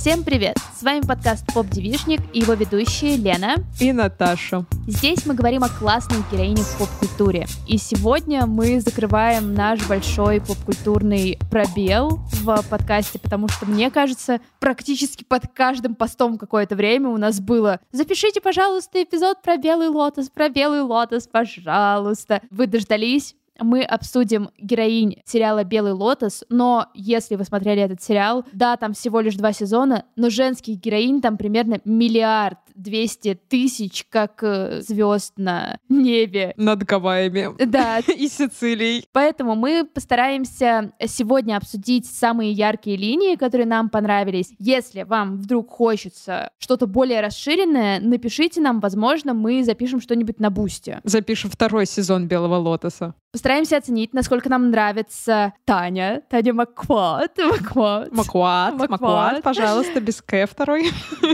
Всем привет! С вами подкаст «Поп-девишник» и его ведущие Лена и Наташа. Здесь мы говорим о классных героинях в поп-культуре. И сегодня мы закрываем наш большой поп-культурный пробел в подкасте, потому что, мне кажется, практически под каждым постом какое-то время у нас было: запишите, пожалуйста, эпизод про Белый Лотос, пожалуйста. Вы дождались. Мы обсудим героинь сериала «Белый Лотос», но если вы смотрели этот сериал, да, там всего лишь 2 сезона, но женских героинь там примерно 1 200 000 как звезд на небе. Над Гавайями. Да. И Сицилией. Поэтому мы постараемся сегодня обсудить самые яркие линии, которые нам понравились. Если вам вдруг хочется что-то более расширенное, напишите нам, возможно, мы запишем что-нибудь на Бусте. Запишем 2 сезон «Белого Лотоса». Постараемся оценить, насколько нам нравится Таня Маккуад, пожалуйста, без К второй.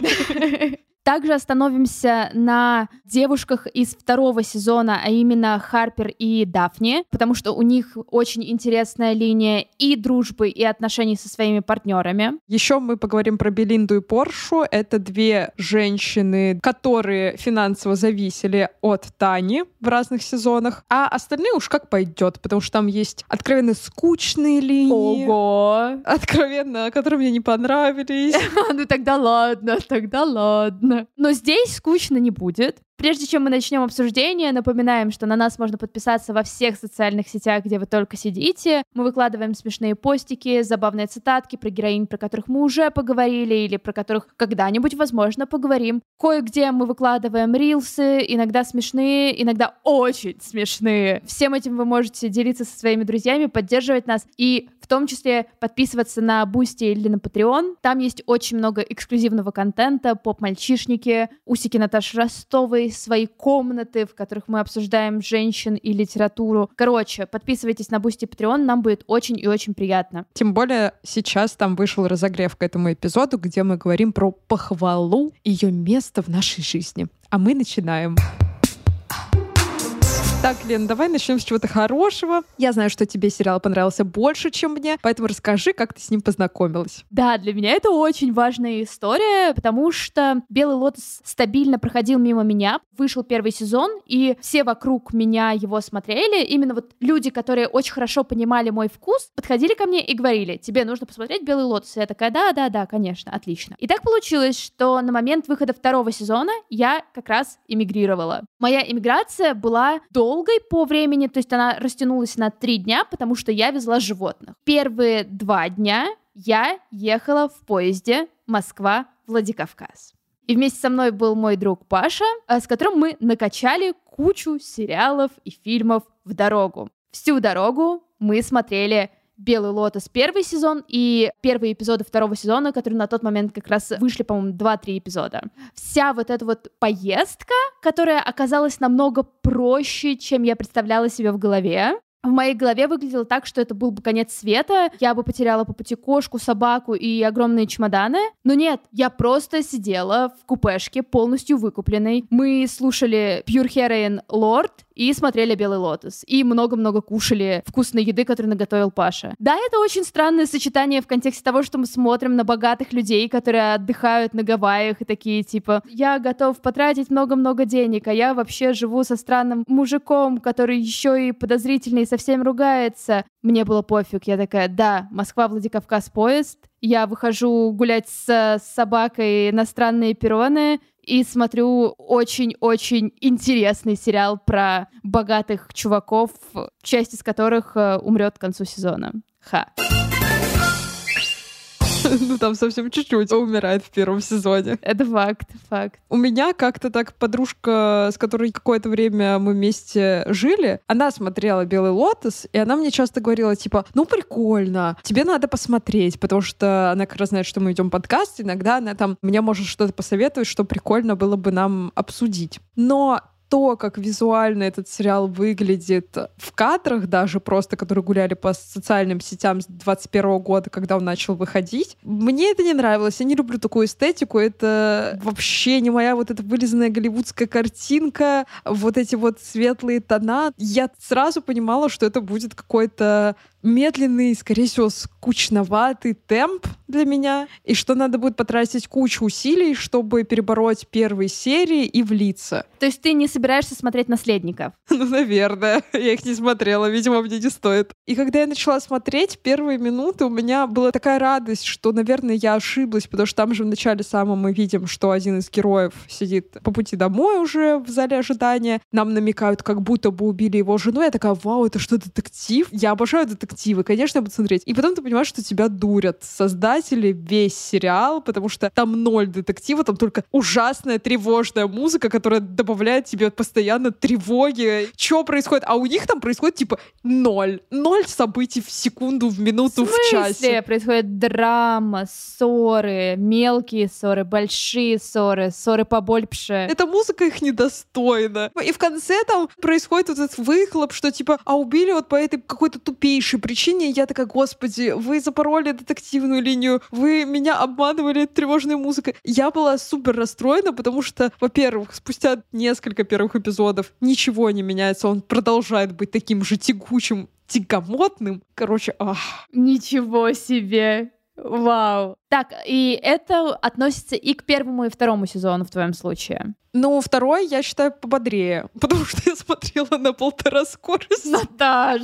Также остановимся на девушках из 2 сезона, а именно Харпер и Дафни, потому что у них очень интересная линия и дружбы, и отношений со своими партнерами. Еще мы поговорим про Белинду и Поршу. Это 2 женщины, которые финансово зависели от Тани в разных сезонах, а остальные уж как пойдет, потому что там есть откровенно скучные линии. Ого! Откровенно, которые мне не понравились. Ну тогда ладно. Но здесь скучно не будет. Прежде чем мы начнем обсуждение, напоминаем, что на нас можно подписаться во всех социальных сетях, где вы только сидите. Мы выкладываем смешные постики, забавные цитатки про героинь, про которых мы уже поговорили или про которых когда-нибудь, возможно, поговорим. Кое-где мы выкладываем рилсы, иногда смешные, иногда очень смешные. Всем этим вы можете делиться со своими друзьями, поддерживать нас и в том числе подписываться на Бусти или на Patreon. Там есть очень много эксклюзивного контента, поп-мальчишники, усики Наташи Ростовой, свои комнаты, в которых мы обсуждаем женщин и литературу. Короче, подписывайтесь на Бусти и Patreon, нам будет очень и очень приятно. Тем более сейчас там вышел разогрев к этому эпизоду, где мы говорим про похвалу, ее место в нашей жизни. А мы начинаем. Так, Лен, давай начнем с чего-то хорошего. Я знаю, что тебе сериал понравился больше, чем мне, поэтому расскажи, как ты с ним познакомилась. Да, для меня это очень важная история, потому что «Белый Лотос» стабильно проходил мимо меня. Вышел 1 сезон, и все вокруг меня его смотрели. Именно вот люди, которые очень хорошо понимали мой вкус, подходили ко мне и говорили: тебе нужно посмотреть «Белый Лотос». И я такая: да, конечно, отлично. И так получилось, что на момент выхода 2 сезона я как раз эмигрировала. Моя эмиграция была долгой по времени, то есть она растянулась на 3 дня, потому что я везла животных. Первые 2 дня я ехала в поезде Москва-Владикавказ. И вместе со мной был мой друг Паша, с которым мы накачали кучу сериалов и фильмов в дорогу. Всю дорогу мы смотрели «Белый Лотос» 1 сезон и первые эпизоды 2 сезона, которые на тот момент как раз вышли, по-моему, 2-3 эпизода. Вся вот эта вот поездка, которая оказалась намного проще, чем я представляла себе в голове. В моей голове выглядело так, что это был бы конец света, я бы потеряла по пути кошку, собаку и огромные чемоданы. Но нет, я просто сидела в купешке, полностью выкупленной. Мы слушали Pure Heroin Lord и смотрели «Белый Лотос». И много-много кушали вкусной еды, которую наготовил Паша. Да, это очень странное сочетание в контексте того, что мы смотрим на богатых людей, которые отдыхают на Гавайях и такие типа: я готов потратить много-много денег, а я вообще живу со странным мужиком, который еще и подозрительный, совсем ругается. Мне было пофиг, я такая: да, Москва-Владикавказ поезд. Я выхожу гулять с собакой на странные перроны и смотрю очень-очень интересный сериал про богатых чуваков, часть из которых умрет к концу сезона. Ну, там совсем чуть-чуть умирает в 1 сезоне. Это факт. У меня как-то так подружка, с которой какое-то время мы вместе жили, она смотрела «Белый Лотос», и она мне часто говорила, типа: ну, прикольно, тебе надо посмотреть, потому что она как раз знает, что мы ведем подкаст, иногда она там мне может что-то посоветовать, что прикольно было бы нам обсудить. Но то, как визуально этот сериал выглядит в кадрах даже просто, которые гуляли по социальным сетям с 2021 года, когда он начал выходить, мне это не нравилось. Я не люблю такую эстетику. Это вообще не моя вот эта вылизанная голливудская картинка, вот эти вот светлые тона. Я сразу понимала, что это будет какой-то медленный, скорее всего, скучноватый темп для меня, и что надо будет потратить кучу усилий, чтобы перебороть первые серии и влиться. То есть ты не собираешься смотреть «Наследников»? Ну, наверное. Я их не смотрела, видимо, мне не стоит. И когда я начала смотреть, первые минуты у меня была такая радость, что, наверное, я ошиблась, потому что там же в начале самом мы видим, что один из героев сидит по пути домой уже в зале ожидания. Нам намекают, как будто бы убили его жену. Я такая: вау, это что, детектив? Я обожаю детективы, конечно, я буду смотреть. И потом ты понимаешь, что тебя дурят создатели, весь сериал, потому что там 0 детектива, там только ужасная тревожная музыка, которая добавляет тебе постоянно тревоги. Что происходит? А у них там происходит типа 0 событий в секунду, в минуту, в часе. Происходит драма, ссоры, мелкие ссоры, большие ссоры, ссоры побольше. Эта музыка их недостойна. И в конце там происходит вот этот выхлоп, что типа, а убили вот по этой какой-то тупейшей причине. И я такая: господи, вы запороли детективную линию, вы меня обманывали тревожной музыкой. Я была супер расстроена, потому что, во-первых, спустя несколько первых эпизодов ничего не меняется, он продолжает быть таким же тягучим, тягомотным. Короче, Ничего себе! Вау. Так, и это относится и к первому, и второму сезону в твоем случае? Ну, второй, я считаю, пободрее, потому что я смотрела на 1,5 скорости. Наташ!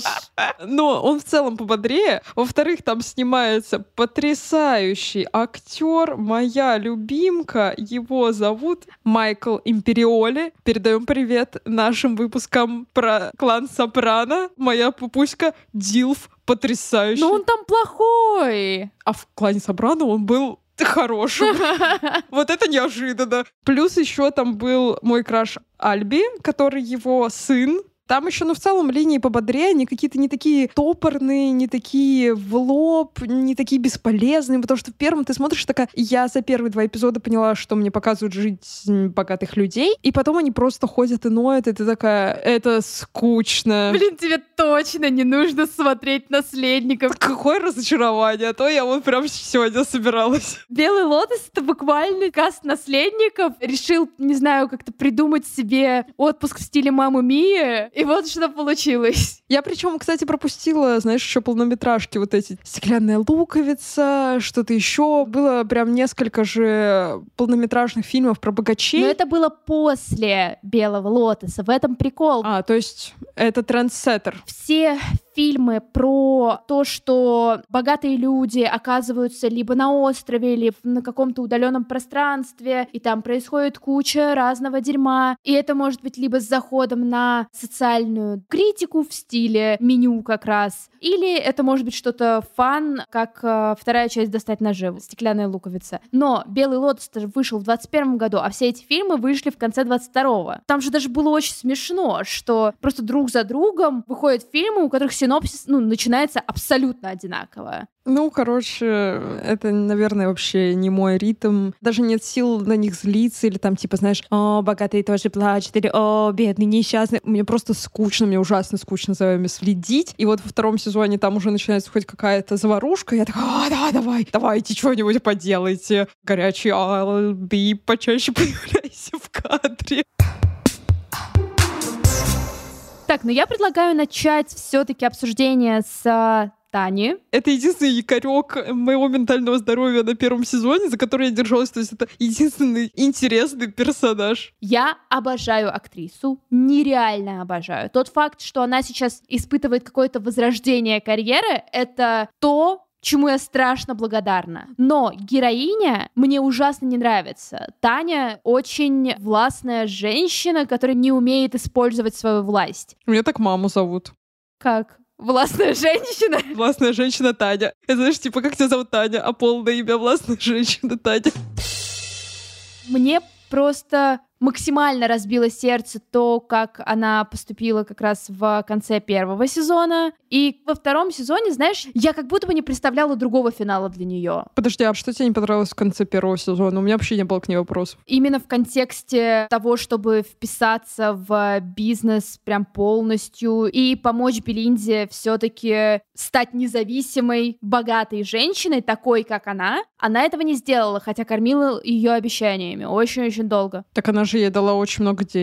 Но он в целом пободрее. Во-вторых, там снимается потрясающий актер, моя любимка. Его зовут Майкл Империоли. Передаем привет нашим выпускам про клан Сопрано. Моя пупуська Дилф потрясающий. Но он там плохой! А в клане Сопрано он был хорошим. Вот это неожиданно. Плюс еще там был мой краш Альби, который его сын. Там еще, в целом, линии пободрее, они какие-то не такие топорные, не такие в лоб, не такие бесполезные, потому что в первом ты смотришь такая: я за первые 2 эпизода поняла, что мне показывают жизнь богатых людей, и потом они просто ходят и ноют, и ты такая: это скучно. Блин, тебе точно не нужно смотреть «Наследников». Какое разочарование, а то я вот прям сегодня собиралась. «Белый лотос» — это буквально каст «Наследников». Решил, не знаю, как-то придумать себе отпуск в стиле «Мамма Мия», и вот что получилось. Я причем, кстати, пропустила, знаешь, еще полнометражки, вот эти «Стеклянная луковица», что-то еще. Было прям несколько же полнометражных фильмов про богачей. Но это было после «Белого лотоса», в этом прикол. То есть это трендсеттер. Все фильмы про то, что богатые люди оказываются либо на острове, либо на каком-то удаленном пространстве, и там происходит куча разного дерьма. И это может быть либо с заходом на социальную критику в стиле меню как раз, или это может быть что-то фан, как вторая часть «Достать наживу», «Стеклянная луковица». Но «Белый лотос» вышел в 2021 году, а все эти фильмы вышли в конце 2022. Там же даже было очень смешно, что просто друг за другом выходят фильмы, у которых синопсис, начинается абсолютно одинаково. Короче, это, наверное, вообще не мой ритм. Даже нет сил на них злиться или там, типа, знаешь, о, богатые тоже плачут, или о, бедный, несчастный. Мне просто скучно, мне ужасно скучно за вами следить. И вот во втором сезоне там уже начинается хоть какая-то заварушка. Я такая: давайте что-нибудь поделайте. Горячий Алби, почаще появляйся в кадре. Так, я предлагаю начать все-таки обсуждение с Тани. Это единственный якорек моего ментального здоровья на первом сезоне, за который я держалась. То есть это единственный интересный персонаж. Я обожаю актрису, нереально обожаю. Тот факт, что она сейчас испытывает какое-то возрождение карьеры, это то, чему я страшно благодарна. Но героиня мне ужасно не нравится. Таня очень властная женщина, которая не умеет использовать свою власть. Меня так маму зовут. Как? Властная женщина? Властная женщина Таня. Это, знаешь, типа, как тебя зовут Таня, а полное имя властная женщина Таня. Мне просто максимально разбило сердце то, как она поступила как раз в конце первого сезона. И во втором сезоне, знаешь, я как будто бы не представляла другого финала для нее. Подожди, а что тебе не понравилось в конце первого сезона? У меня вообще не было к ней вопросов. Именно в контексте того, чтобы вписаться в бизнес прям полностью и помочь Белинде все-таки стать независимой, богатой женщиной, такой, как она этого не сделала, хотя кормила ее обещаниями очень-очень долго. Так она же ей дала очень много денег.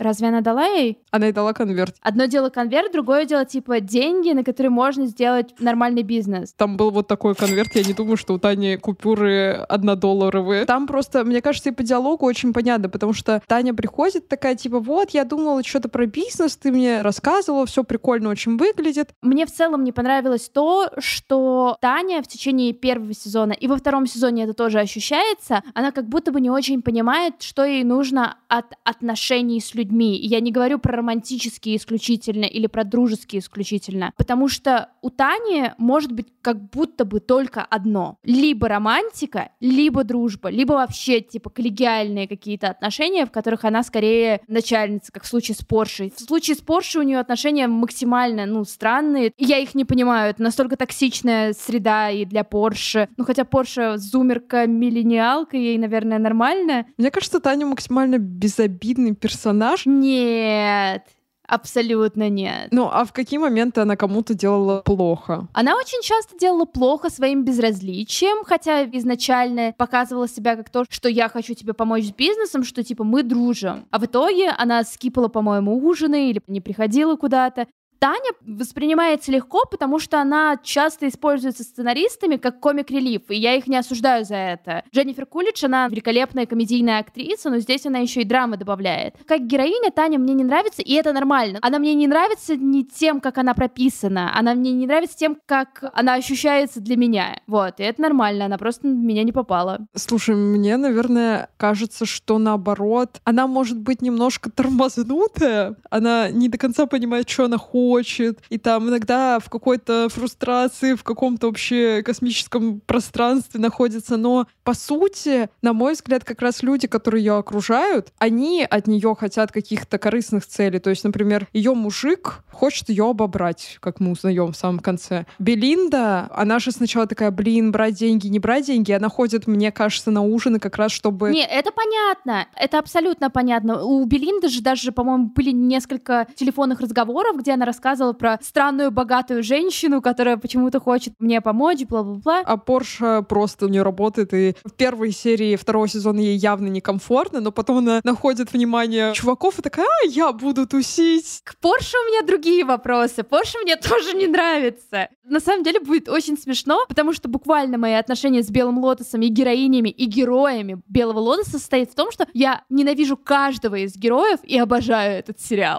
Разве она дала ей? Она ей дала конверт. Одно дело конверт, другое дело, типа, деньги, на которые можно сделать нормальный бизнес. Там был вот такой конверт, я не думаю, что у Тани купюры 1-долларовые. Там просто, мне кажется, и по диалогу очень понятно, потому что Таня приходит такая, типа, вот, я думала что-то про бизнес, ты мне рассказывала, все прикольно очень выглядит. Мне в целом не понравилось то, что Таня в течение первого сезона и во втором сезоне это тоже ощущается, она как будто бы не очень понимает, что ей нужно от отношений с людьми. И я не говорю про романтические исключительно или про дружеские исключительно, потому что у Тани может быть как будто бы только одно. Либо романтика, либо дружба, либо вообще типа коллегиальные какие-то отношения, в которых она скорее начальница, как в случае с Поршей. В случае с Поршей у нее отношения максимально, странные. Я их не понимаю. Это настолько токсичная среда и для Порше. Хотя Порше зумерка-миллениалка, ей, наверное, нормально. Мне кажется, Таня максимально безобидный персонаж. Нет. Абсолютно нет. А в какие моменты она кому-то делала плохо? Она очень часто делала плохо своим безразличием, хотя изначально показывала себя как то, что я хочу тебе помочь с бизнесом, что типа мы дружим. А в итоге она скипала, по-моему, ужины или не приходила куда-то. Таня воспринимается легко, потому что она часто используется сценаристами как комик-релиф, и я их не осуждаю за это. Дженнифер Кулидж, она великолепная комедийная актриса, но здесь она еще и драмы добавляет. Как героиня Таня мне не нравится, и это нормально. Она мне не нравится не тем, как она прописана, она мне не нравится тем, как она ощущается для меня. Вот, и это нормально, она просто в меня не попала. Слушай, мне, наверное, кажется, что наоборот, она может быть немножко тормознутая, она не до конца понимает, что она хочет, и там иногда в какой-то фрустрации, в каком-то вообще космическом пространстве находится. Но, по сути, на мой взгляд, как раз люди, которые ее окружают, они от нее хотят каких-то корыстных целей. То есть, например, ее мужик хочет ее обобрать, как мы узнаем в самом конце. Белинда, она же сначала такая, брать деньги, не брать деньги. Она ходит, мне кажется, на ужины как раз, чтобы... Не, это понятно. Это абсолютно понятно. У Белинды же даже, по-моему, были несколько телефонных разговоров, где она рассказывала про странную богатую женщину, которая почему-то хочет мне помочь, бла-бла-бла. А Порша просто у нее работает, и в первой серии второго сезона ей явно некомфортно, но потом она находит внимание чуваков и такая, я буду тусить. К Порше у меня другие вопросы. Порше мне тоже не нравится. На самом деле будет очень смешно, потому что буквально мои отношения с Белым Лотосом и героинями, и героями Белого Лотоса состоит в том, что я ненавижу каждого из героев и обожаю этот сериал.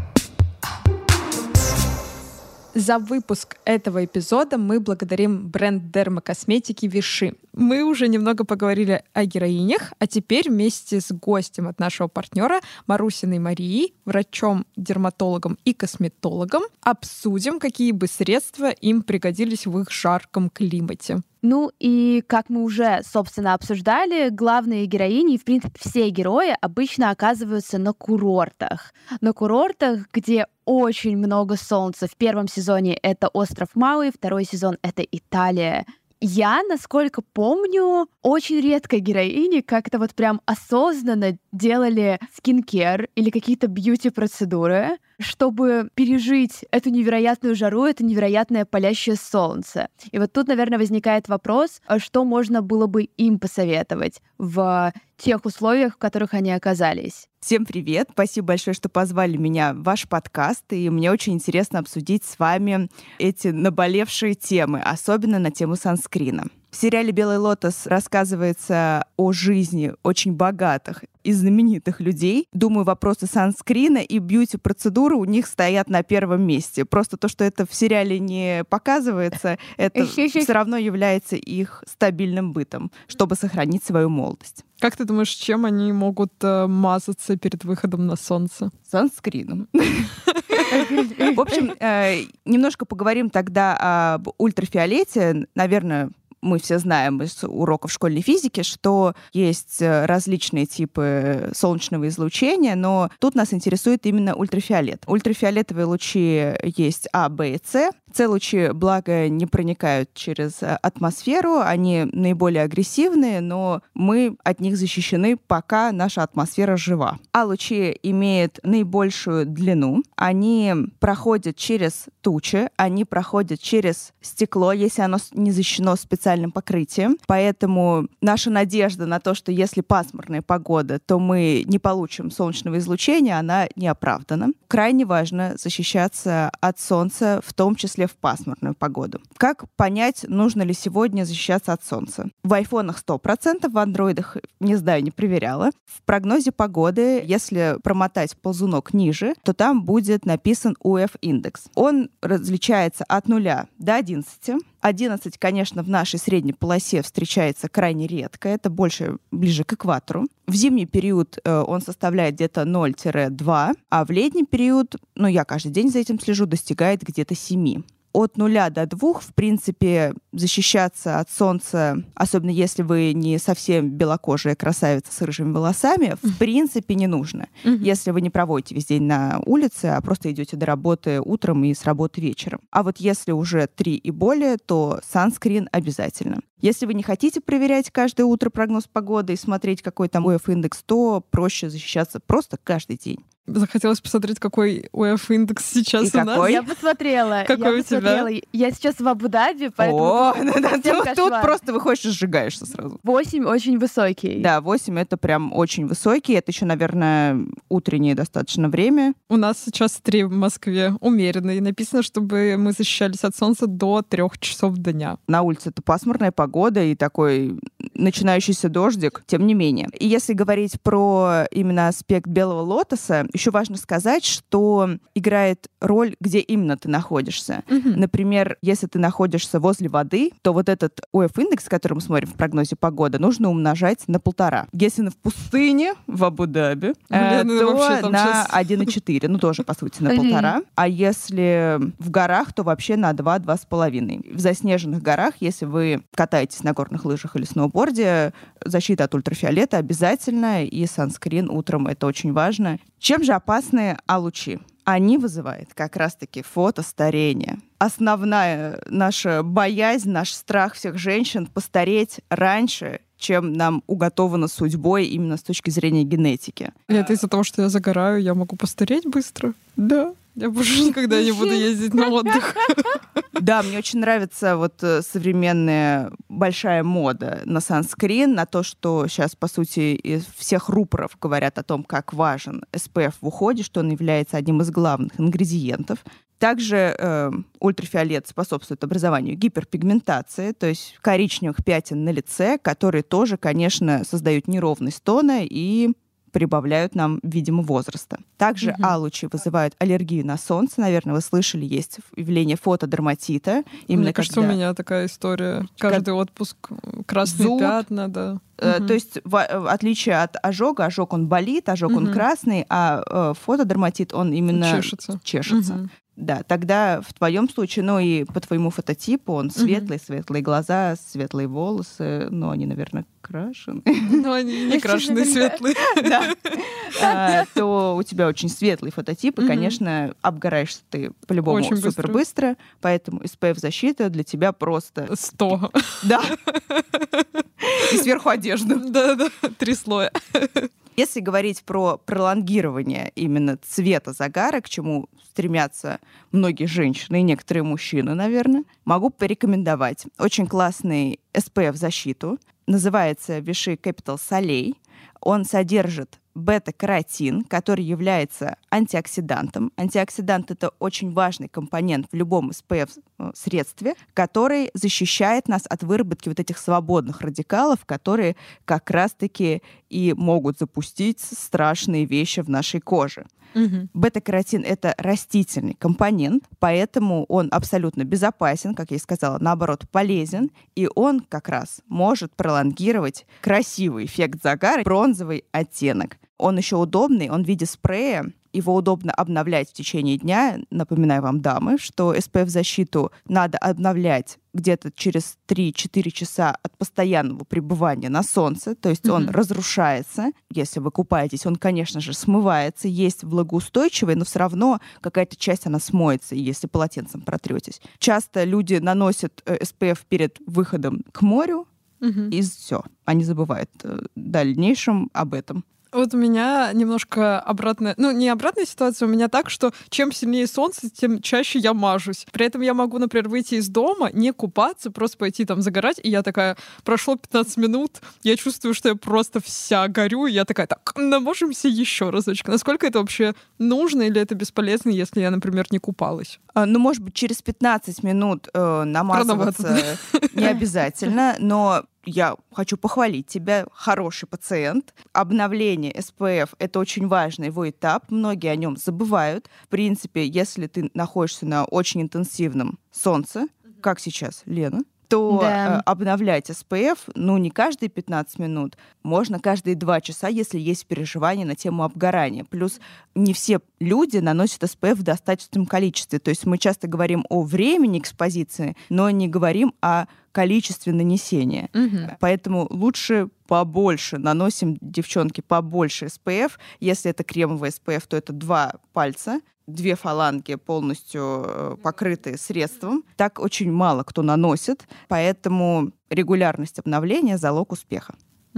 За выпуск этого эпизода мы благодарим бренд дермокосметики Виши. Мы уже немного поговорили о героинях, а теперь вместе с гостем от нашего партнера Марусиной Марией, врачом-дерматологом и косметологом, обсудим, какие бы средства им пригодились в их жарком климате. И как мы уже, собственно, обсуждали, главные героини, в принципе, все герои обычно оказываются на курортах. На курортах, где очень много солнца. В первом сезоне это остров Мауи, второй сезон — это Италия. Я, насколько помню, очень редко героини как-то вот прям осознанно делали скинкер или какие-то бьюти-процедуры, чтобы пережить эту невероятную жару, это невероятное палящее солнце. И вот тут, наверное, возникает вопрос, что можно было бы им посоветовать в тех условиях, в которых они оказались. Всем привет! Спасибо большое, что позвали меня в ваш подкаст, и мне очень интересно обсудить с вами эти наболевшие темы, особенно на тему санскрина. В сериале «Белый лотос» рассказывается о жизни очень богатых и знаменитых людей. Думаю, вопросы санскрина и бьюти-процедуры у них стоят на первом месте. Просто то, что это в сериале не показывается, это все равно является их стабильным бытом, чтобы сохранить свою молодость. Как ты думаешь, чем они могут мазаться перед выходом на солнце? Санскрином. В общем, немножко поговорим тогда об ультрафиолете. Наверное, мы все знаем из уроков школьной физики, что есть различные типы солнечного излучения, но тут нас интересует именно ультрафиолет. Ультрафиолетовые лучи есть А, Б и С. С-лучи, благо, не проникают через атмосферу, они наиболее агрессивные, но мы от них защищены, пока наша атмосфера жива. А-лучи имеют наибольшую длину, они проходят через тучи, они проходят через стекло, если оно не защищено специальным покрытием. Поэтому наша надежда на то, что если пасмурная погода, то мы не получим солнечного излучения, она не оправдана. Крайне важно защищаться от солнца, в том числе в пасмурную погоду. Как понять, нужно ли сегодня защищаться от солнца? В айфонах 100%, в андроидах, не знаю, не проверяла. В прогнозе погоды, если промотать ползунок ниже, то там будет написан UV-индекс. Он различается от 0 до 11. 11, конечно, в нашей средней полосе встречается крайне редко, это больше ближе к экватору. В зимний период он составляет где-то 0-2, а в летний период, я каждый день за этим слежу, достигает где-то 7. От 0 до 2, в принципе, защищаться от солнца, особенно если вы не совсем белокожая красавица с рыжими волосами, в принципе, не нужно. Если вы не проводите весь день на улице, а просто идете до работы утром и с работы вечером. А вот если уже 3 и более, то санскрин обязательно. Если вы не хотите проверять каждое утро прогноз погоды и смотреть, какой там UV-индекс, то проще защищаться просто каждый день. Захотелось посмотреть, какой UV-индекс сейчас и у нас. какой? Я посмотрела. Какой у тебя? Я сейчас в Абу-Даби, поэтому... Тут просто выходишь и сжигаешься сразу. 8 очень высокий. Да, 8 — это прям очень высокий. Это еще, наверное, утреннее достаточно время. У нас сейчас 3 в Москве, умеренный. Написано, чтобы мы защищались от солнца до 3 часов дня. На улице это пасмурная погода и такой начинающийся дождик, тем не менее. И если говорить про именно аспект белого лотоса, еще важно сказать, что играет роль, где именно ты находишься. Например, если ты находишься возле воды, то вот этот UV-индекс, который мы смотрим в прогнозе погоды, нужно умножать на 1,5. Если в пустыне, в Абу-Даби, то на 1,4. Тоже, по сути, на 1,5. А если в горах, то вообще на 2-2,5. В заснеженных горах, если вы катаетесь на горных лыжах или сноуборде, защита от ультрафиолета обязательно, и санскрин утром — это очень важно. Чем же опасны А-лучи? Они вызывают как раз-таки фотостарение. Основная наша боязнь, наш страх всех женщин — постареть раньше, чем нам уготовано судьбой именно с точки зрения генетики. И это из-за того, что я загораю, я могу постареть быстро? Да. Я больше никогда не буду ездить на отдых. Да, мне очень нравится современная большая мода на санскрин, на то, что сейчас, по сути, из всех рупоров говорят о том, как важен SPF в уходе, что он является одним из главных ингредиентов. Также ультрафиолет способствует образованию гиперпигментации, то есть коричневых пятен на лице, которые тоже, конечно, создают неровность тона и прибавляют нам, видимо, возраста. Также А-лучи вызывают аллергию на солнце. Наверное, вы слышали, есть явление фотодерматита. Мне кажется, у меня такая история. Каждый отпуск красные пятна, да. То есть, в отличие от ожога, ожог он болит, ожог он красный, а фотодерматит он именно чешется. Да, тогда в твоем случае, и по твоему фототипу, он светлый, светлые глаза, светлые волосы, они, наверное, крашены. Но они не крашеные, светлые. Да. То у тебя очень светлый фототип, и, конечно, обгораешься ты по-любому супер быстро, поэтому SPF-защита для тебя просто... 100. Да. И сверху одежду. Да-да, 3 слоя. Если говорить про пролонгирование именно цвета загара, к чему стремятся многие женщины и некоторые мужчины, наверное, могу порекомендовать очень классный SPF-защиту. Называется Vichy Capital Soleil. Он содержит бета-каротин, который является антиоксидантом. Антиоксидант — это очень важный компонент в любом SPF-средстве, который защищает нас от выработки вот этих свободных радикалов, которые как раз-таки и могут запустить страшные вещи в нашей коже. Бета-каротин — это растительный компонент, поэтому он абсолютно безопасен, как я и сказала, наоборот, полезен, и он как раз может пролонгировать красивый эффект загара, бронзовый оттенок. Он еще удобный, он в виде спрея, его удобно обновлять в течение дня. Напоминаю вам, дамы, что SPF-защиту надо обновлять где-то через 3-4 часа от постоянного пребывания на солнце, то есть он разрушается. Если вы купаетесь, он, конечно же, смывается, есть влагоустойчивый, но все равно какая-то часть она смоется, если полотенцем протрётесь. Часто люди наносят SPF перед выходом к морю, и все. Они забывают в дальнейшем об этом. Вот у меня немножко обратная... Ну, не обратная ситуация, у меня так, что чем сильнее солнце, тем чаще я мажусь. При этом я могу, например, выйти из дома, не купаться, просто пойти там загорать, и я такая, прошло 15 минут, я чувствую, что я просто вся горю, и я такая, так, намажемся еще разочек. Насколько это вообще нужно или это бесполезно, если я, например, не купалась? Ну, может быть, через 15 минут намазываться не обязательно, но я хочу похвалить тебя, хороший пациент. Обновление SPF — это очень важный его этап, многие о нем забывают. В принципе, если ты находишься на очень интенсивном солнце, как сейчас, Лена, то обновлять SPF, не каждые 15 минут, можно каждые 2 часа, если есть переживания на тему обгорания. Плюс не все люди наносят SPF в достаточном количестве. То есть мы часто говорим о времени экспозиции, но не говорим о количестве нанесения. Поэтому лучше побольше наносим, девчонки, побольше SPF. Если это кремовый SPF, то это 2 пальца, 2 фаланги полностью покрытые средством. Так очень мало кто наносит, поэтому регулярность обновления — залог успеха.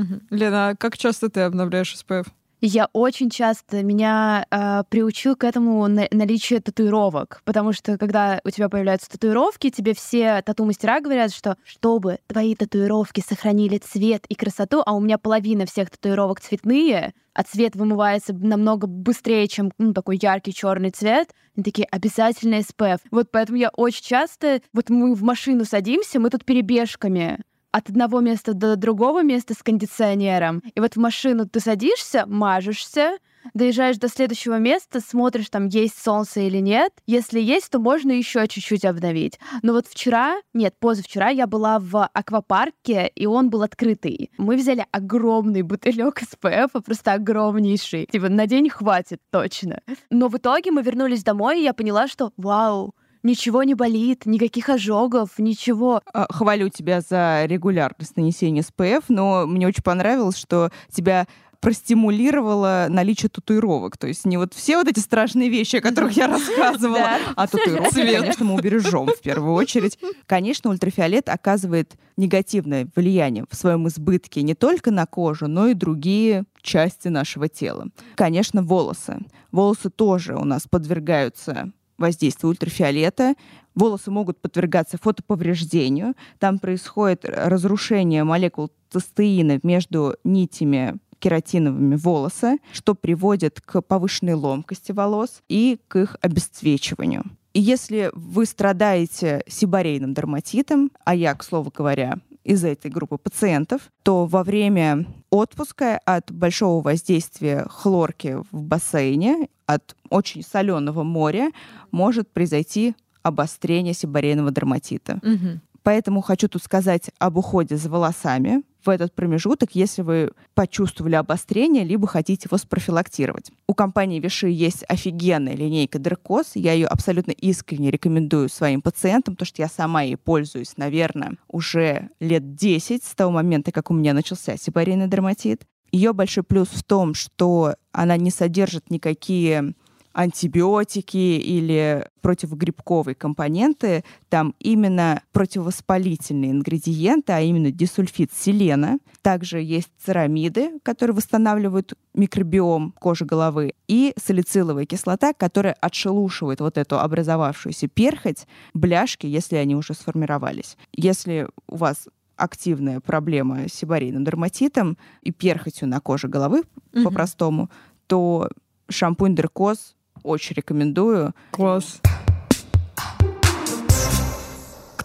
Лена, как часто ты обновляешь SPF? Я очень часто, меня приучил к этому наличие татуировок, потому что когда у тебя появляются татуировки, тебе все тату-мастера говорят, что чтобы твои татуировки сохранили цвет и красоту, а у меня половина всех татуировок цветные, а цвет вымывается намного быстрее, чем такой яркий черный цвет, они такие, обязательно SPF. Вот поэтому я очень часто, вот мы в машину садимся, мы тут перебежками от одного места до другого места с кондиционером. И вот в машину ты садишься, мажешься, доезжаешь до следующего места, смотришь, там есть солнце или нет. Если есть, то можно еще чуть-чуть обновить. Но вот позавчера я была в аквапарке, и он был открытый. Мы взяли огромный бутылек SPF, просто огромнейший. Типа на день хватит точно. Но в итоге мы вернулись домой, и я поняла, что вау, ничего не болит, никаких ожогов, ничего. Хвалю тебя за регулярность нанесения SPF, но мне очень понравилось, что тебя простимулировало наличие татуировок. То есть не вот все вот эти страшные вещи, о которых я рассказывала, а татуировки, конечно, мы убережем в первую очередь. Конечно, ультрафиолет оказывает негативное влияние в своем избытке не только на кожу, но и другие части нашего тела. Конечно, волосы. Волосы тоже у нас подвергаются воздействию ультрафиолета. Волосы могут подвергаться фотоповреждению. Там происходит разрушение молекул цистеина между нитями кератиновыми волоса, что приводит к повышенной ломкости волос и к их обесцвечиванию. И если вы страдаете сиборейным дерматитом, а я, к слову говоря, из этой группы пациентов, то во время отпуска от большого воздействия хлорки в бассейне, от очень соленого моря, может произойти обострение сиборейного дерматита. Поэтому хочу тут сказать об уходе за волосами в этот промежуток, если вы почувствовали обострение, либо хотите его спрофилактировать. У компании Vichy есть офигенная линейка Dercos. Я ее абсолютно искренне рекомендую своим пациентам, потому что я сама ей пользуюсь, наверное, уже лет 10 с того момента, как у меня начался сиборейный дерматит. Ее большой плюс в том, что она не содержит никакие антибиотики или противогрибковые компоненты, там именно противовоспалительные ингредиенты, а именно дисульфид селена. Также есть церамиды, которые восстанавливают микробиом кожи головы, и салициловая кислота, которая отшелушивает вот эту образовавшуюся перхоть, бляшки, если они уже сформировались. Если у вас активная проблема с сиборейным дерматитом и перхотью на коже головы, по-простому, то шампунь Dercos очень рекомендую. Класс. К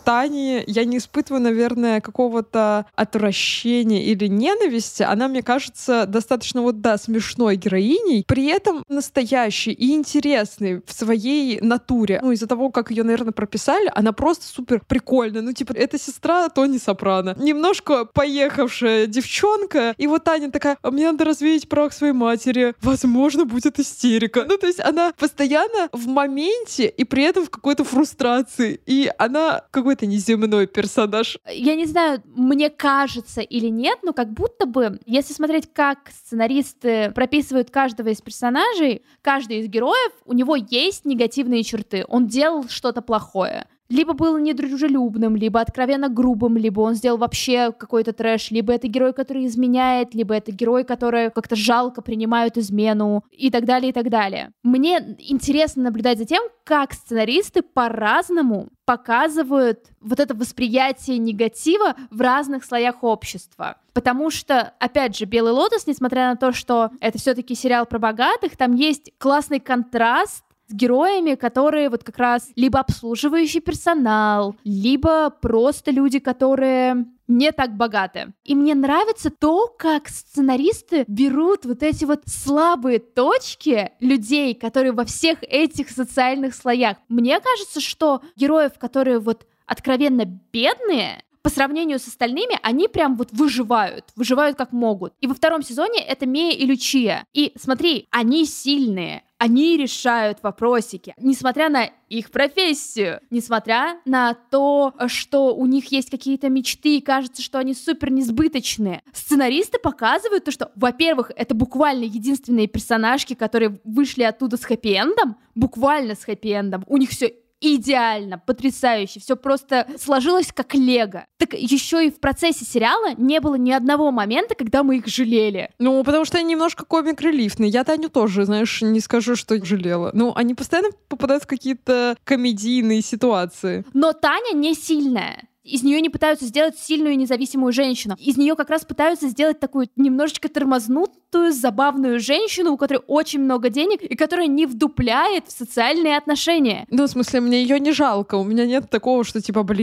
Тани я не испытываю, наверное, какого-то отвращения или ненависти. Она, мне кажется, достаточно смешной героиней, при этом настоящей и интересной в своей натуре. Из-за того, как ее, наверное, прописали, она просто супер прикольная. Это сестра Тони Сопрано. Немножко поехавшая девчонка, и Таня такая: мне надо развеять прах своей матери. Возможно, будет истерика. То есть она постоянно в моменте и при этом в какой-то фрустрации. И она какой-то неземной персонаж. Я не знаю, мне кажется или нет, но как будто бы, если смотреть, как сценаристы прописывают каждого из персонажей, каждый из героев, у него есть негативные черты. Он делал что-то плохое. Либо был недружелюбным, либо откровенно грубым, либо он сделал вообще какой-то трэш, либо это герой, который изменяет, либо это герой, который как-то жалко принимают измену, и так далее, и так далее. Мне интересно наблюдать за тем, как сценаристы по-разному показывают это восприятие негатива в разных слоях общества. Потому что, опять же, «Белый лотос», несмотря на то, что это все-таки сериал про богатых, там есть классный контраст с героями, которые как раз либо обслуживающий персонал, либо просто люди, которые не так богаты. И мне нравится то, как сценаристы берут эти слабые точки людей, которые во всех этих социальных слоях. Мне кажется, что героев, которые откровенно бедные, по сравнению с остальными, они прям выживают как могут. И во втором сезоне это Мия и Лючия. И смотри, они сильные, они решают вопросики, несмотря на их профессию, несмотря на то, что у них есть какие-то мечты, и кажется, что они супер несбыточные. Сценаристы показывают то, что, во-первых, это буквально единственные персонажки, которые вышли оттуда с хэппи-эндом, буквально с хэппи-эндом. У них все идеально, потрясающе, все просто сложилось как лего. Так еще и в процессе сериала не было ни одного момента, когда мы их жалели. Потому что они немножко комик-релифные. Я Таню тоже, знаешь, не скажу, что жалела. Они постоянно попадают в какие-то комедийные ситуации. Но Таня не сильная. Из нее не пытаются сделать сильную и независимую женщину. Из нее как раз пытаются сделать такую немножечко тормознутую, забавную женщину, у которой очень много денег и которая не вдупляет в социальные отношения. В смысле, мне ее не жалко. У меня нет такого, что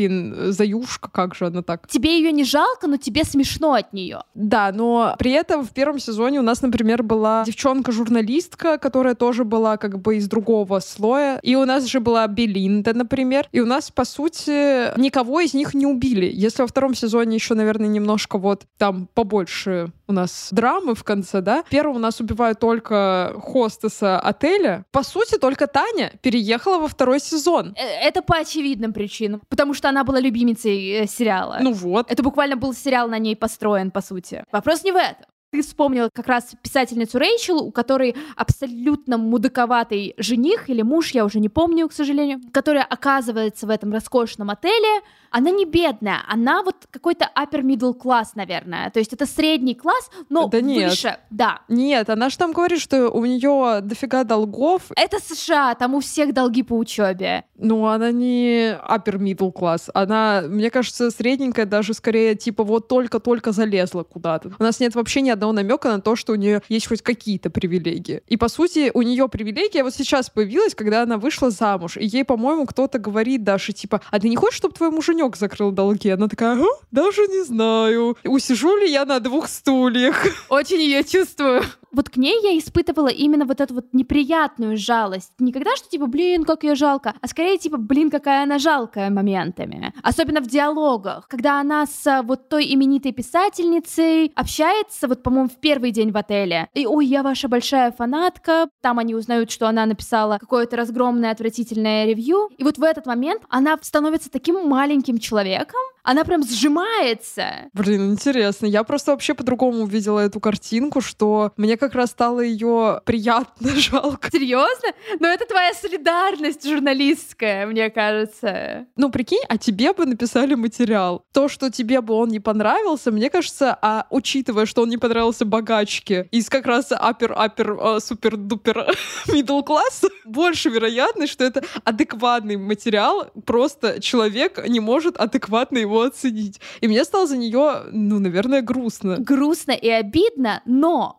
заюшка, как же она так? Тебе ее не жалко, но тебе смешно от нее. Да, но при этом в первом сезоне у нас, например, была девчонка-журналистка, которая тоже была из другого слоя. И у нас же была Белинда, например. И у нас, по сути, никого из них не убили. Если во втором сезоне еще, наверное, немножко там побольше у нас драмы в конце, да? Первым у нас убивают только хостеса отеля. По сути, только Таня переехала во второй сезон. Это по очевидным причинам. Потому что она была любимицей сериала. Это буквально был сериал на ней построен, по сути. Вопрос не в этом. Ты вспомнила как раз писательницу Рэйчел, у которой абсолютно мудаковатый жених или муж, я уже не помню, к сожалению, которая оказывается в этом роскошном отеле. Она не бедная, она какой-то upper middle class, наверное. То есть это средний класс, но да нет. выше. Да. Нет, она же там говорит, что у нее дофига долгов. Это США, там у всех долги по учебе. Она не upper middle class. Она, мне кажется, средненькая, даже скорее только-только залезла куда-то. У нас нет вообще ни одного намека на то, что у нее есть хоть какие-то привилегии. И, по сути, у нее привилегия сейчас появилась, когда она вышла замуж. И ей, по-моему, кто-то говорит даже, а ты не хочешь, чтобы твой муженек закрыл долги? Она такая: даже не знаю, усижу ли я на 2 стульях. Очень ее чувствую. К ней я испытывала именно эту неприятную жалость. Не когда, что как ее жалко, а скорее какая она жалкая моментами. Особенно в диалогах, когда она с той именитой писательницей общается, по-моему, в первый день в отеле. И: ой, я ваша большая фанатка. Там они узнают, что она написала какое-то разгромное, отвратительное ревью. И в этот момент она становится таким маленьким человеком, она прям сжимается. Блин, интересно. Я просто вообще по-другому увидела эту картинку, что мне как раз стало ее приятно жалко. Серьезно? Но это твоя солидарность журналистская, мне кажется. Прикинь, а тебе бы написали материал. То, что тебе бы он не понравился, мне кажется, учитывая, что он не понравился богачке из как раз upper супер-дупер middle class, больше вероятность, что это адекватный материал, просто человек не может адекватно его оценить. И мне стало за нее, наверное, грустно. Грустно и обидно, но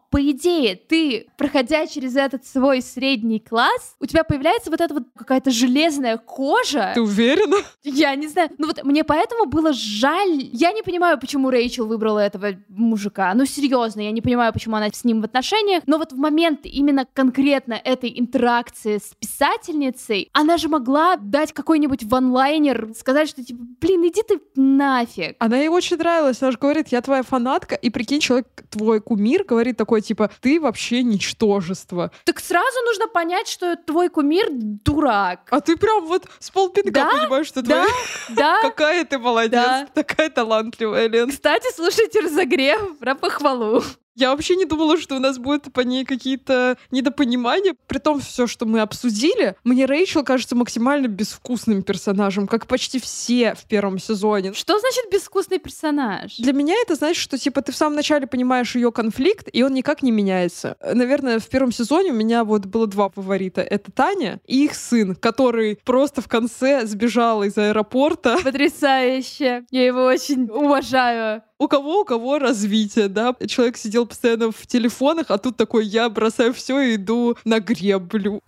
по идее, ты, проходя через этот свой средний класс, у тебя появляется вот эта вот какая-то железная кожа. Ты уверена? Я не знаю. Ну вот мне поэтому было жаль. Я не понимаю, почему Рэйчел выбрала этого мужика. Ну серьезно, я не понимаю, почему она с ним в отношениях. Но вот в момент именно конкретно этой интеракции с писательницей, она же могла дать какой-нибудь ванлайнер, сказать, что типа, блин, иди ты нафиг. Она ей очень нравилась. Она же говорит, я твоя фанатка. И прикинь, человек, твой кумир, говорит такой, типа, ты вообще ничтожество. Так сразу нужно понять, что твой кумир дурак. А ты прям вот с полпинка понимаешь, что твоя... Да. Какая ты молодец, такая талантливая, Лен. Кстати, слушайте разогрев про похвалу. Я вообще не думала, что у нас будут по ней какие-то недопонимания. Притом все, что мы обсудили, мне Рэйчел кажется максимально безвкусным персонажем, как почти все в первом сезоне. Что значит безвкусный персонаж? Для меня это значит, что типа ты в самом начале понимаешь ее конфликт, и он никак не меняется. Наверное, в первом сезоне у меня вот было два фаворита. Это Таня и их сын, который просто в конце сбежал из аэропорта. Потрясающе. Я его очень уважаю. У кого развитие, да? Человек сидел постоянно в телефонах, а тут такой, я бросаю все и иду на греблю.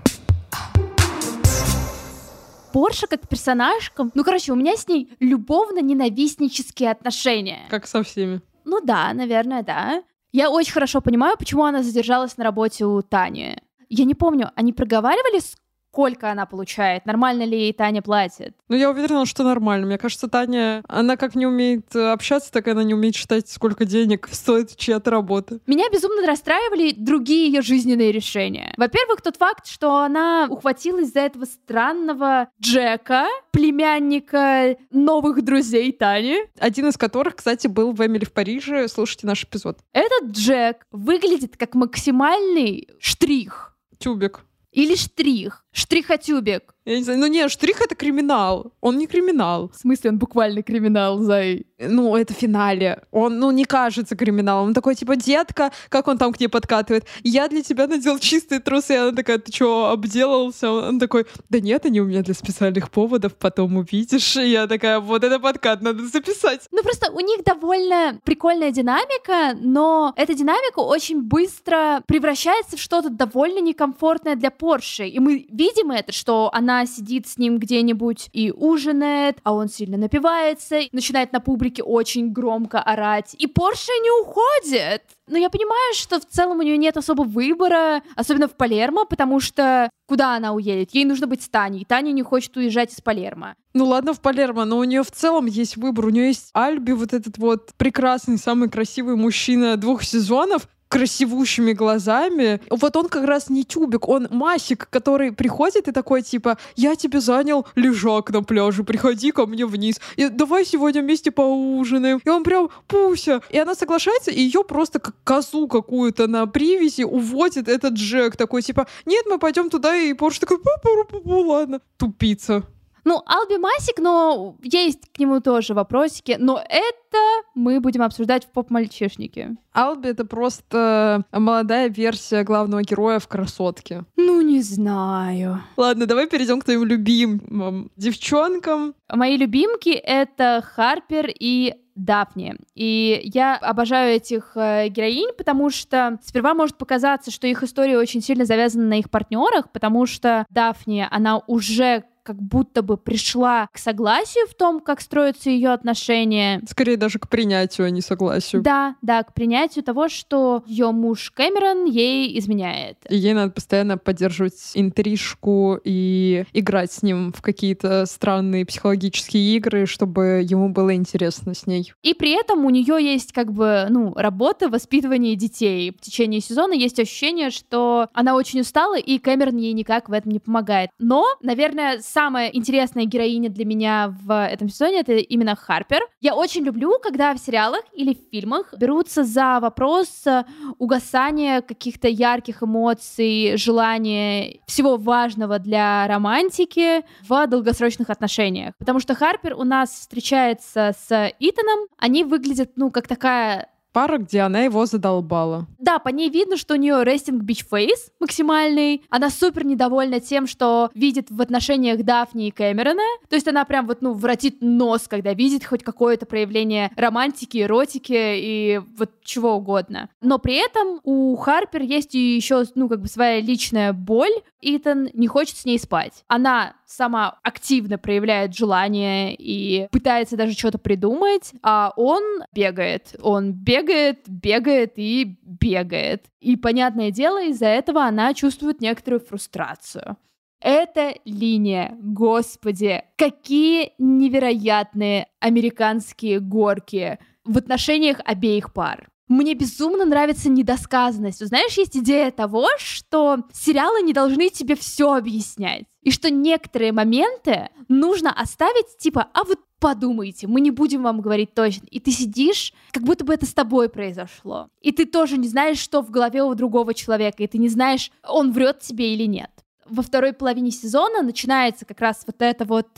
Порша как персонажка, ну, короче, у меня с ней любовно-ненавистнические отношения. Как со всеми. Ну да, наверное, да. Я очень хорошо понимаю, почему она задержалась на работе у Тани. Я не помню, они проговаривали, сколько она получает? Нормально ли ей Таня платит? Ну, я уверена, что нормально. Мне кажется, Таня, она как не умеет общаться, так и она не умеет считать, сколько денег стоит чья-то работа. Меня безумно расстраивали другие ее жизненные решения. Во-первых, тот факт, что она ухватилась за этого странного Джека, племянника новых друзей Тани. Один из которых, кстати, был в «Эмили в Париже». Слушайте наш эпизод. Этот Джек выглядит как максимальный штрих. Тюбик. Или штрих. Штрихотюбик. Я не знаю. Ну не, штрих — это криминал. Он не криминал. В смысле, он буквально криминал, Зай? Ну, это в финале. Он, не кажется криминалом. Он такой, типа, детка, как он там к ней подкатывает. Я для тебя надел чистые трусы. И она такая, ты чё, обделался? Он такой, да нет, они у меня для специальных поводов, потом увидишь. И я такая, вот это подкат надо записать. Ну, просто у них довольно прикольная динамика, но эта динамика очень быстро превращается в что-то довольно некомфортное для Порши. И мы видим это, что она сидит с ним где-нибудь и ужинает, а он сильно напивается, начинает на публике очень громко орать, и Порша не уходит. Но я понимаю, что в целом у нее нет особо выбора, особенно в Палермо, потому что куда она уедет? Ей нужно быть с Таней, и Таня не хочет уезжать из Палермо. Ну ладно, в Палермо, но у нее в целом есть выбор. У нее есть Альби, вот этот вот прекрасный, самый красивый мужчина 2 сезонов, красивущими глазами. Вот он как раз не тюбик, он масик, который приходит и такой, типа, я тебе занял лежак на пляже, приходи ко мне вниз, и давай сегодня вместе поужинаем. И он прям, Пуся. И она соглашается, и ее просто как козу какую-то на привязи уводит этот Джек, такой, типа, нет, мы пойдем туда, и Порш такой, ладно. Тупица. Ну, Альби масик, но есть к нему тоже вопросики, но это мы будем обсуждать в поп-мальчишнике. Альби — это просто молодая версия главного героя в «Красотке». Ну, не знаю. Ладно, давай перейдем к твоим любимым девчонкам. Мои любимки — это Харпер и Дафни. И я обожаю этих героинь, потому что сперва может показаться, что их история очень сильно завязана на их партнерах, потому что Дафни, она уже как будто бы пришла к согласию в том, как строятся ее отношения. Скорее даже к принятию, а не согласию. Да, к принятию того, что ее муж Кэмерон ей изменяет. И ей надо постоянно поддерживать интрижку и играть с ним в какие-то странные психологические игры, чтобы ему было интересно с ней. И при этом у нее есть как бы, работа воспитывания детей. В течение сезона есть ощущение, что она очень устала, и Кэмерон ей никак в этом не помогает. Но, наверное, самая интересная героиня для меня в этом сезоне — это именно Харпер. Я очень люблю, когда в сериалах или в фильмах берутся за вопрос угасания каких-то ярких эмоций, желания, всего важного для романтики в долгосрочных отношениях. Потому что Харпер у нас встречается с Итаном, они выглядят, как такая пара, где она его задолбала. Да, по ней видно, что у нее resting bitch face максимальный. Она супер недовольна тем, что видит в отношениях Дафни и Кэмерона. То есть она прям вот, воротит нос, когда видит хоть какое-то проявление романтики, эротики и вот чего угодно. Но при этом у Харпер есть и еще, своя личная боль. Итан не хочет с ней спать. Она сама активно проявляет желание и пытается даже что-то придумать, а он бегает. Он бегает и бегает. И, понятное дело, из-за этого она чувствует некоторую фрустрацию. Эта линия, господи, какие невероятные американские горки в отношениях обеих пар. Мне безумно нравится недосказанность. Знаешь, есть идея того, что сериалы не должны тебе все объяснять. И что некоторые моменты нужно оставить, а вот подумайте, мы не будем вам говорить точно. И ты сидишь, как будто бы это с тобой произошло. И ты тоже не знаешь, что в голове у другого человека. И ты не знаешь, он врет тебе или нет. Во второй половине сезона начинается как раз вот эта вот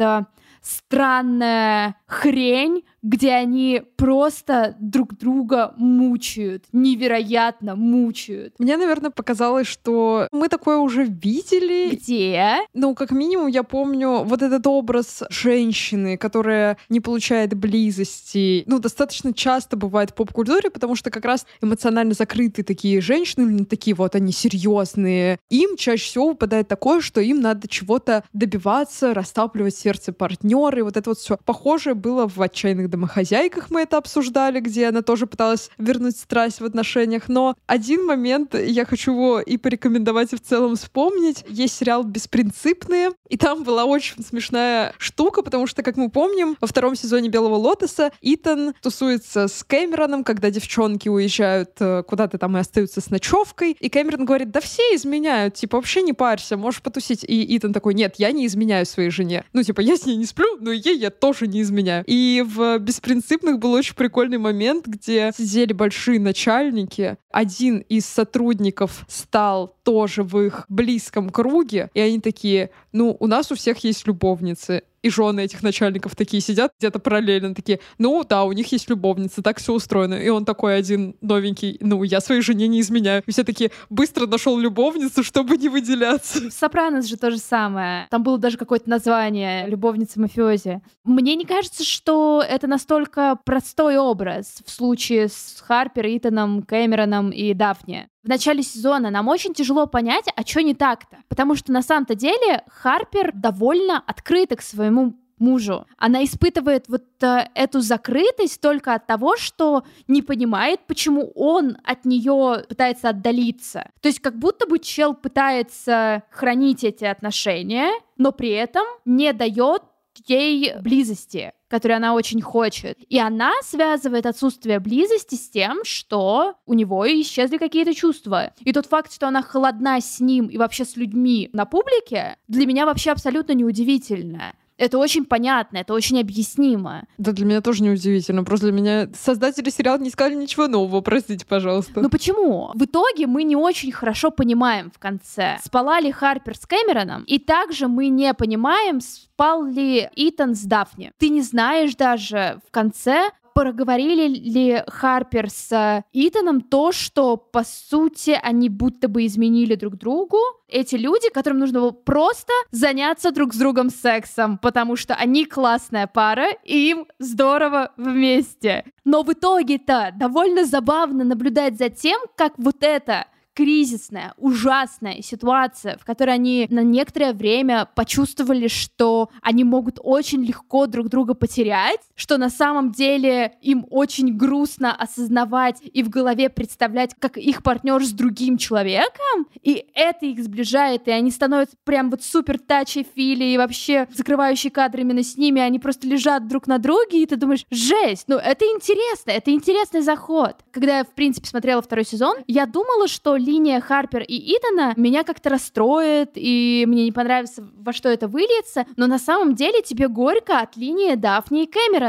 странная хрень, где они просто друг друга мучают, невероятно мучают. Мне, наверное, показалось, что мы такое уже видели. Где? Как минимум, я помню вот этот образ женщины, которая не получает близости. Достаточно часто бывает в поп-культуре, потому что как раз эмоционально закрытые такие женщины, такие вот они серьезные. Им чаще всего выпадает такое, что им надо чего-то добиваться, растапливать сердце партнера, и вот это вот все. Похожее было в «Отчаянных домохозяйках», мы это обсуждали, где она тоже пыталась вернуть страсть в отношениях. Но один момент, я хочу его и порекомендовать, и в целом вспомнить. Есть сериал «Беспринципные», и там была очень смешная штука, потому что, как мы помним, во втором сезоне «Белого лотоса» Итан тусуется с Кэмероном, когда девчонки уезжают куда-то там и остаются с ночевкой, и Кэмерон говорит: да все изменяют, вообще не парься, можешь потусить. И Итан такой: нет, я не изменяю своей жене. Я с ней не сплю, но ей я тоже не изменяю. И в «Беспринципных» был очень прикольный момент, где сидели большие начальники. Один из сотрудников стал тоже в их близком круге, и они такие: у нас у всех есть любовницы. И жены этих начальников такие сидят где-то параллельно, такие: да, у них есть любовницы, так все устроено. И он такой один новенький: я своей жене не изменяю. И все такие: быстро нашел любовницу, чтобы не выделяться. В «Сопранос» же то же самое. Там было даже какое-то название «Любовница мафиози». Мне не кажется, что это настолько простой образ в случае с Харпер, Итаном, Кэмероном и Дафни. В начале сезона нам очень тяжело понять, а что не так-то. Потому что на самом-то деле Харпер довольно открыта к своему мужу. Она испытывает вот эту закрытость только от того, что не понимает, почему он от нее пытается отдалиться. То есть как будто бы чел пытается хранить эти отношения, но при этом не дает ей близости, которую она очень хочет. И она связывает отсутствие близости с тем, что у него исчезли какие-то чувства. И тот факт, что она холодна с ним и вообще с людьми на публике, для меня вообще абсолютно неудивительно. Это очень понятно, это очень объяснимо. Да, для меня тоже неудивительно. Просто для меня создатели сериала не сказали ничего нового, простите, пожалуйста. Почему? В итоге мы не очень хорошо понимаем в конце, спала ли Харпер с Кэмероном, и также мы не понимаем, спал ли Итан с Дафни. Ты не знаешь даже в конце, проговорили ли Харпер с Итаном то, что, по сути, они будто бы изменили друг другу. Эти люди, которым нужно было просто заняться друг с другом сексом, потому что они классная пара, и им здорово вместе. Но в итоге-то довольно забавно наблюдать за тем, как вот это кризисная, ужасная ситуация, в которой они на некоторое время почувствовали, что они могут очень легко друг друга потерять, что на самом деле им очень грустно осознавать и в голове представлять, как их партнер с другим человеком, и это их сближает, и они становятся прям вот супер тачи-фили, и вообще закрывающие кадры именно с ними, они просто лежат друг на друге, и ты думаешь: жесть, это интересно, это интересный заход. Когда я, в принципе, смотрела второй сезон, я думала, что линия Харпер и Итана меня как-то расстроит, и мне не понравится, во что это выльется, но на самом деле тебе горько от линии Дафни и Кэмерона.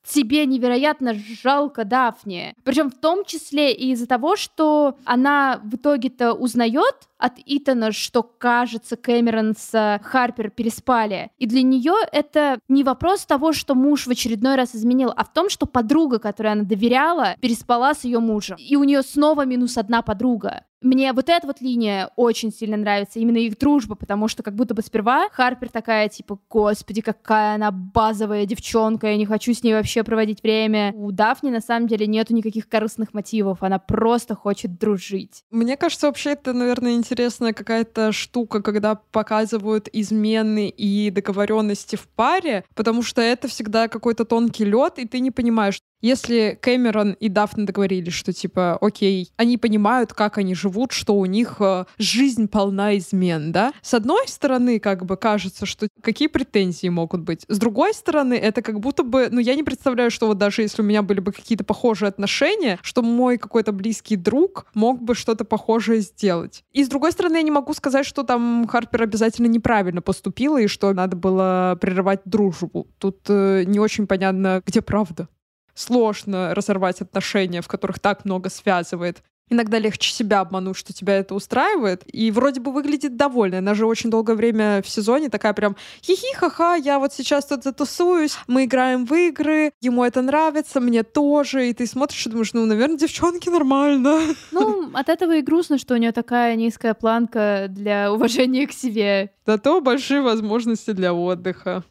тебе невероятно жалко Дафни. Причем в том числе и из-за того, что она в итоге-то узнает от Итана, что, кажется, Кэмерон с Харпер переспали. И для нее это не вопрос того, что муж в очередной раз изменил, а в том, что подруга, которой она доверяла, переспала с ее мужем. И у нее снова минус одна подруга. Мне вот эта вот линия очень сильно нравится, именно их дружба, потому что как будто бы сперва Харпер такая, типа, господи, какая она базовая девчонка, я не хочу с ней вообще проводить время. У Дафни на самом деле нету никаких корыстных мотивов, она просто хочет дружить. Мне кажется, вообще это, наверное, интересная какая-то штука, когда показывают измены и договоренности в паре, потому что это всегда какой-то тонкий лед, и ты не понимаешь. Если Кэмерон и Дафна договорились, что типа, окей, они понимают, как они живут, что у них жизнь полна измен, да? С одной стороны, как бы кажется, что какие претензии могут быть. С другой стороны, это как будто бы, ну, я не представляю, что вот даже если у меня были бы какие-то похожие отношения, что мой какой-то близкий друг мог бы что-то похожее сделать. И с другой стороны, я не могу сказать, что там Харпер обязательно неправильно поступила и что надо было прерывать дружбу. Тут не очень понятно, где правда. Сложно разорвать отношения, в которых так много связывает. Иногда легче себя обмануть, что тебя это устраивает. И вроде бы выглядит довольной. Она же очень долгое время в сезоне такая прям хихи-ха-ха, я вот сейчас тут затусуюсь, мы играем в игры, ему это нравится, мне тоже. И ты смотришь и думаешь, ну, наверное, девчонки нормально. Ну, от этого и грустно, что у нее такая низкая планка для уважения к себе. Зато большие возможности для отдыха.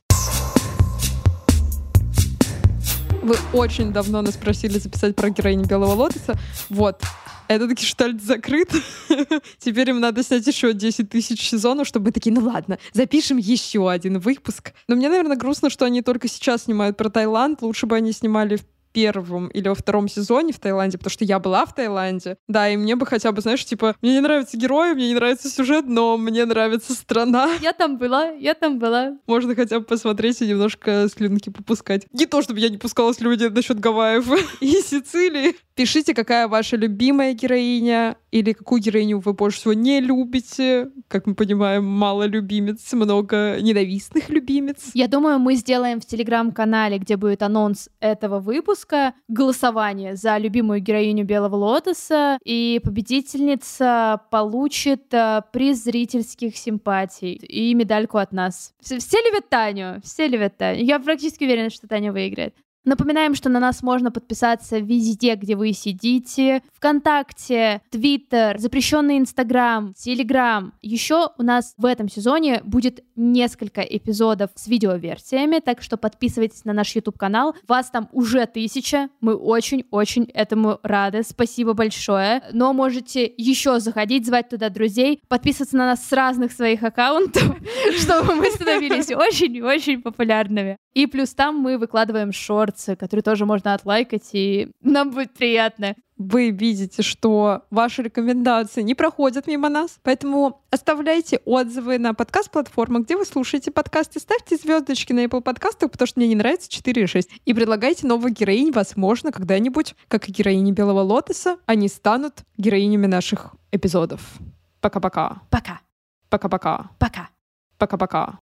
Вы очень давно нас просили записать про героиню Белого Лотоса. Вот. Этот гештальт закрыт. Теперь им надо снять еще 10 тысяч сезонов, чтобы такие, ну ладно, запишем еще один выпуск. Но мне, наверное, грустно, что они только сейчас снимают про Таиланд. Лучше бы они снимали в первом или во втором сезоне в Таиланде, потому что я была в Таиланде. Да, и мне бы хотя бы, знаешь, типа, мне не нравятся герои, мне не нравится сюжет, но мне нравится страна. Я там была. Можно хотя бы посмотреть и немножко слюнки попускать. Не то, чтобы я не пускала слюни насчет Гавайев и Сицилии. Пишите, какая ваша любимая героиня или какую героиню вы больше всего не любите. Как мы понимаем, мало любимец, много ненавистных любимец. Я думаю, мы сделаем в Телеграм-канале, где будет анонс этого выпуска, голосование за любимую героиню Белого Лотоса, и победительница получит приз зрительских симпатий и медальку от нас. Все любят Таню, все любят Таню. Я практически уверена, что Таня выиграет. Напоминаем, что на нас можно подписаться везде, где вы сидите. ВКонтакте, Твиттер, запрещенный Инстаграм, Телеграм. Еще у нас в этом сезоне будет несколько эпизодов с видеоверсиями, так что подписывайтесь на наш YouTube-канал. Вас там уже 1000. Мы очень-очень этому рады. Спасибо большое. Но можете еще заходить, звать туда друзей, подписываться на нас с разных своих аккаунтов, чтобы мы становились очень-очень популярными. И плюс там мы выкладываем шортсы, которые тоже можно отлайкать, и нам будет приятно. Вы видите, что ваши рекомендации не проходят мимо нас, поэтому оставляйте отзывы на подкаст-платформах, где вы слушаете подкасты, ставьте звездочки на Apple подкастах, потому что мне не нравится 4,6, и предлагайте новых героинь, возможно, когда-нибудь, как и героини Белого Лотоса, они станут героинями наших эпизодов. Пока-пока. Пока. Пока-пока. Пока. Пока-пока.